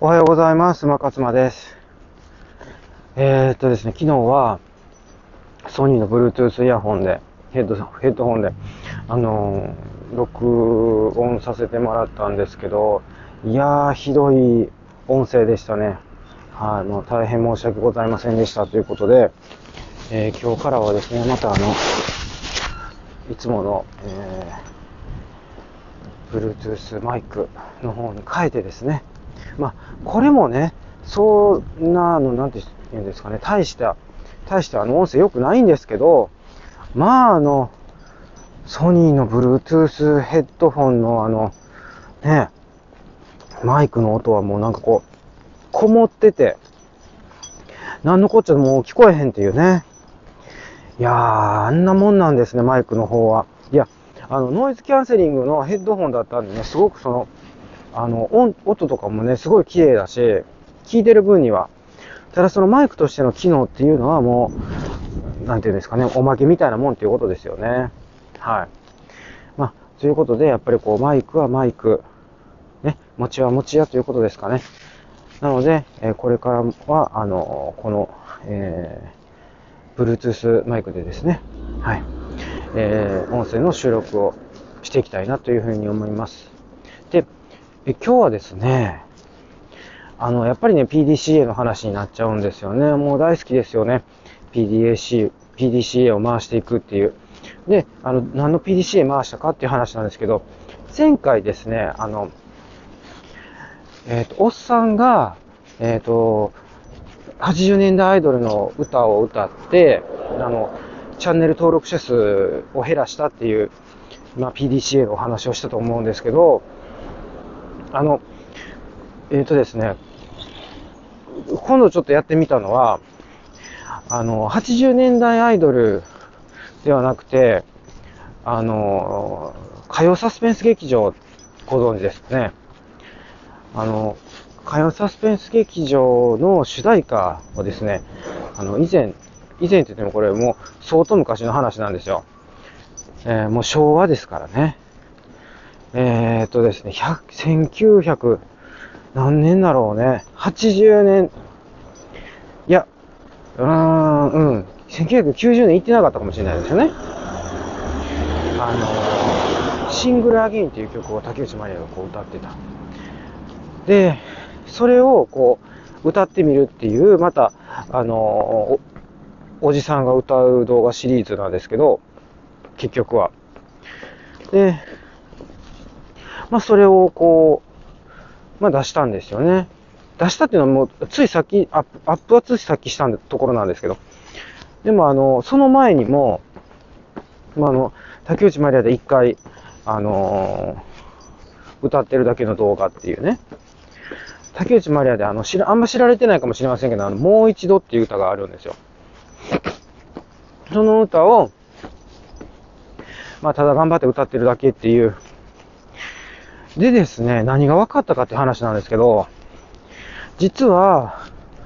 おはようございます。馬勝間です。ですね、昨日はソニーの Bluetooth イヤホンで、ヘッドホンで、録音させてもらったんですけど、いやー、ひどい音声でしたね。はい、もう大変申し訳ございませんでしたということで、今日からはですね、またいつもの、Bluetooth マイクの方に変えてですね、これもね、そんななんて言うんですかね、大して音声良くないんですけど、ソニーの Bluetooth ヘッドフォンのね、マイクの音はもうなんかこう、こもってて、なんのこっちゃもう聞こえへんっていうね。いやー、あんなもんなんですね、マイクの方は。いや、ノイズキャンセリングのヘッドホンだったんでね、すごく音とかもね、すごい綺麗だし、聞いてる分には。ただそのマイクとしての機能っていうのはもう、なんていうんですかね、おまけみたいなもんっていうことですよね。はい。ということで、やっぱりこう、マイクはマイク、ね、持ちは持ちやということですかね。なので、これからは、この、Bluetooth マイクでですね、はい、音声の収録をしていきたいなというふうに思います。で、今日はですね、やっぱりね、PDCA の話になっちゃうんですよね。もう大好きですよね。PDCA を回していくっていう。で、何の PDCA 回したかっていう話なんですけど、前回ですね、おっさんが、80年代アイドルの歌を歌って、チャンネル登録者数を減らしたっていう、PDCA のお話をしたと思うんですけど、ですね、今度ちょっとやってみたのは、80年代アイドルではなくて、歌謡サスペンス劇場、ご存知ですね。歌謡サスペンス劇場の主題歌をですね、以前って言ってもこれもう相当昔の話なんですよ。もう昭和ですからね。ですね、1900何年だろうね。80年、いや、1990年行ってなかったかもしれないですよね。シングルアゲインっていう曲を竹内まりやがこう歌ってた。で、それをこう歌ってみるっていう、また、おじさんが歌う動画シリーズなんですけど、結局は。で、それをこう、出したんですよね。出したっていうのはもう、ついさっき、アップはついさっきしたところなんですけど、でもその前にも、竹内まりやで一回、歌ってるだけの動画っていうね、竹内まりやであんま知られてないかもしれませんけど、もう一度っていう歌があるんですよ。その歌を、ただ頑張って歌ってるだけっていう。でですね、何が分かったかって話なんですけど、実は、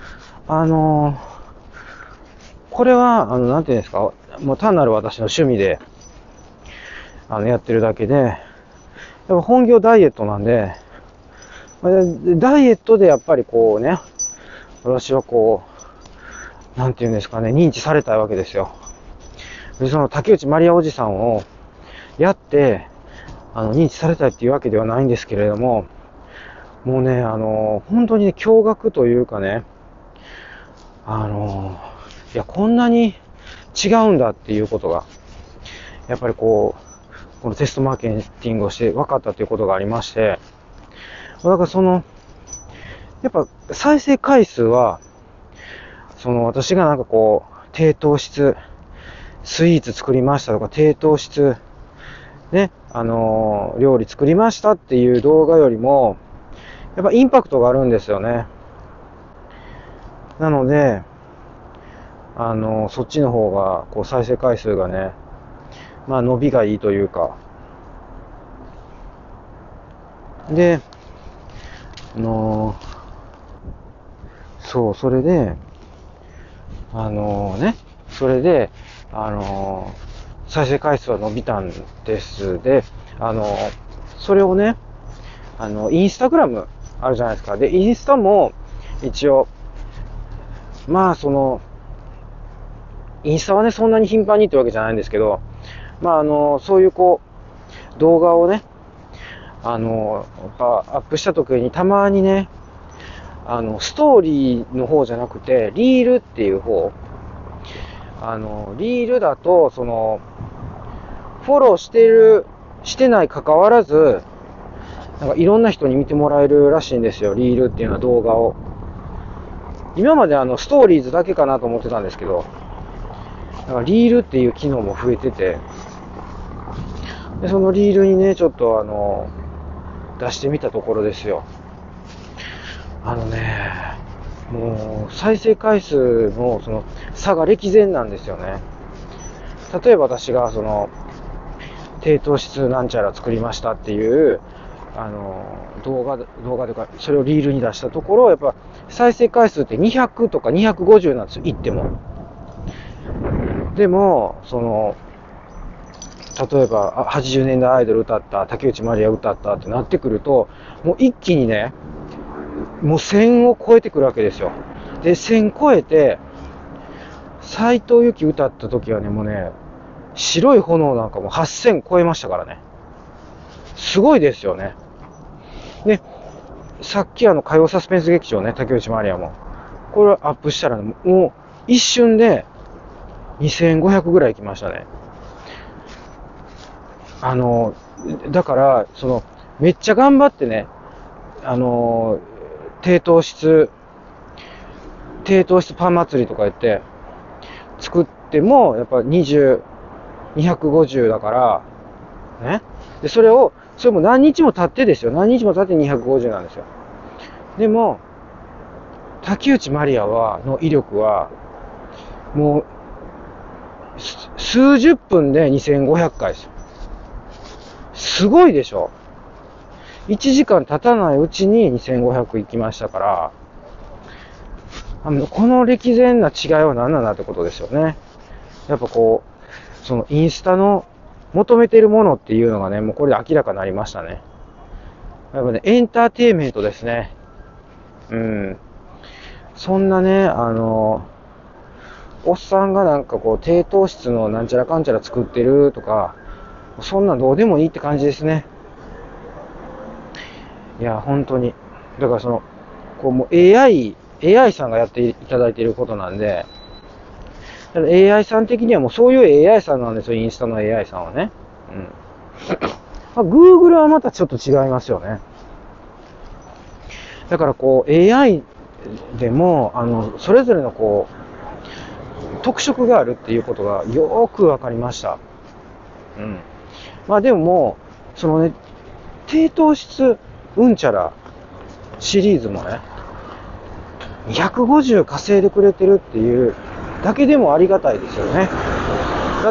これは、なんていうんですか、もう単なる私の趣味で、やってるだけで、やっぱ本業ダイエットなんで、ダイエットでやっぱりこうね、私はこう、なんていうんですかね、認知されたいわけですよ。で、その竹内まりやおじさんをやって、認知されたいっていうわけではないんですけれども、もうね、本当にね、驚愕というかね、いや、こんなに違うんだっていうことが、やっぱりこのテストマーケティングをして分かったということがありまして、だからやっぱ再生回数は、私がなんかこう、低糖質スイーツ作りましたとか、低糖質ね、料理作りましたっていう動画よりも、やっぱインパクトがあるんですよね。なので、そっちの方が、こう再生回数がね、伸びがいいというか。で、そう、それで、それで、再生回数は伸びたんです。で、それをね、インスタグラムあるじゃないですか。で、インスタも一応、まあインスタはね、そんなに頻繁にってわけじゃないんですけど、まあそういう動画をね、やっぱアップした時にたまにね、ストーリーの方じゃなくて、リールっていう方、リールだと、フォローしてない関わらず、なんかいろんな人に見てもらえるらしいんですよ、リールっていうのは動画を。今までストーリーズだけかなと思ってたんですけど、なんかリールっていう機能も増えてて、でそのリールにね、ちょっと出してみたところですよ。もう再生回数のその差が歴然なんですよね。例えば私が低糖質なんちゃら作りましたっていう動画というか、それをリールに出したところ、やっぱ再生回数って200とか250なんですよ、言っても。でも例えば80年代アイドル歌った、竹内まりや歌ったってなってくると、もう一気にね、もう1000を超えてくるわけですよ。で、1000超えて、斉藤由貴歌った時はね、もうね、白い炎なんかも8000超えましたからね。すごいですよね。で、さっき火曜サスペンス劇場ね、竹内まりやも。これをアップしたら、ね、もう一瞬で2500ぐらい来ましたね。だから、めっちゃ頑張ってね、低糖質パン祭りとか言って、作っても、やっぱ250だから、ね。で、それも何日も経ってですよ。何日も経って250なんですよ。でも、竹内まりやの威力は、もう、数十分で2500回ですよ。すごいでしょ。1時間経たないうちに2500行きましたから、この歴然な違いは何なんだってことですよね。やっぱインスタの求めているものっていうのがね、もうこれで明らかになりましたね。やっぱね、エンターテインメントですね。そんなね、おっさんがなんか低糖質のなんちゃらかんちゃら作ってるとか、そんなんどうでもいいって感じですね。いや、本当に。だからもう AI さんがやっていただいていることなんで、AI さん的にはもうそういう AI さんなんですよ、インスタの AI さんはね。Google はまたちょっと違いますよね。だからAI でも、それぞれの特色があるっていうことがよーくわかりました。まあでももう、低糖質うんちゃらシリーズもね、250稼いでくれてるっていうだけでもありがたいですよね。だって、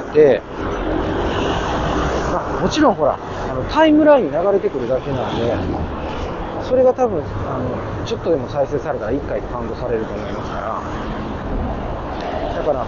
もちろんほら、タイムラインに流れてくるだけなんで、それが多分、ちょっとでも再生されたら1回カウントされると思いますから、だから、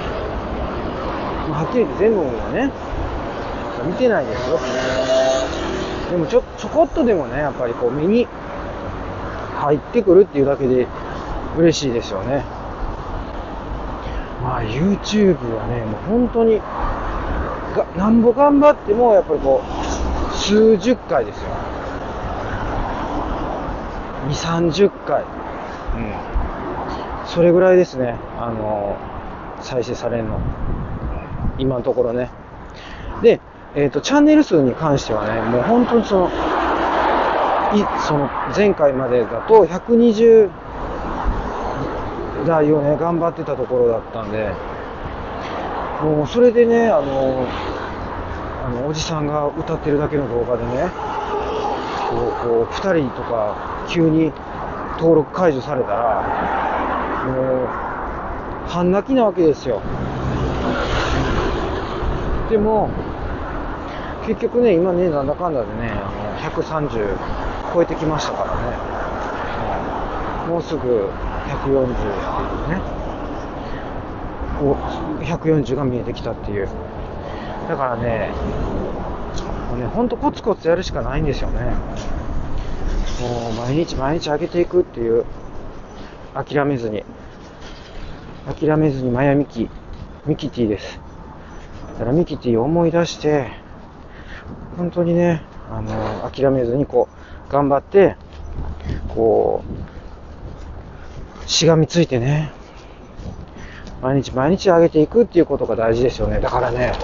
はっきり言って全部はね、見てないですよ。でもちょこっとでもね、やっぱり目に入ってくるっていうだけで嬉しいですよね。まあ YouTube はね、もう本当になんぼ頑張ってもやっぱり数十回ですよ。2、30回。それぐらいですね。再生されるの。今のところね。で、チャンネル数に関してはね、もう本当に前回までだと120台をね、頑張ってたところだったんで、もうそれでね、おじさんが歌ってるだけの動画でね、2人とか急に登録解除されたら、もう、半泣きなわけですよ。でも、結局ね、今ね、なんだかんだでね、130超えてきましたからね。もうすぐ140っていうね。140が見えてきたっていう。だからね、ほんとコツコツやるしかないんですよね。 もう毎日毎日上げていくっていう、諦めずにマヤミキティです。だからミキティを思い出して、本当にね、諦めずにこう、頑張って、こう、しがみついてね、毎日毎日上げていくっていうことが大事ですよね。だからね、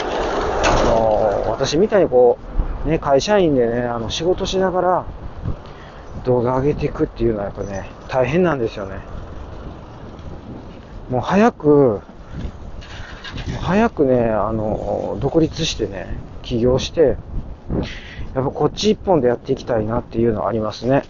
私みたいにこう、ね、会社員でね、仕事しながら動画上げていくっていうのはやっぱね、大変なんですよね。もう早くね、独立してね、起業して、やっぱこっち一本でやっていきたいなっていうのはありますね。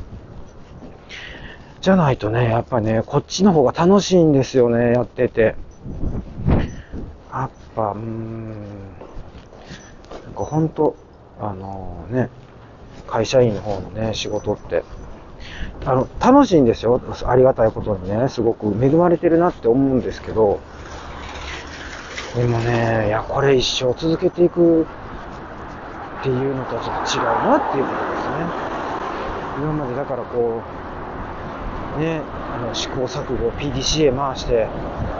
じゃないとね、やっぱね、こっちの方が楽しいんですよね、やってて。やっぱ、なんかほんと、ね、会社員の方のね、仕事って、楽しいんですよ。ありがたいことにね、すごく恵まれてるなって思うんですけど、でもね、いや、これ一生続けていくっていうのとはちょっと違うなっていうことですね。今までだからこう、ね、試行錯誤、PDCA 回して、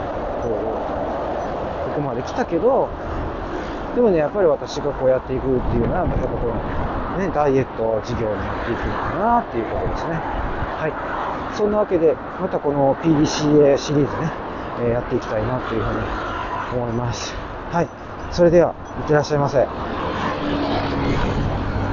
ここまで来たけど、でもね、やっぱり私がこうやっていくっていうのは、やっぱこの、ね、ダイエット事業になっていくのかなっていうことですね。はい。そんなわけで、またこの PDCA シリーズね、やっていきたいなというふうに思います。はい。それでは、いってらっしゃいませ。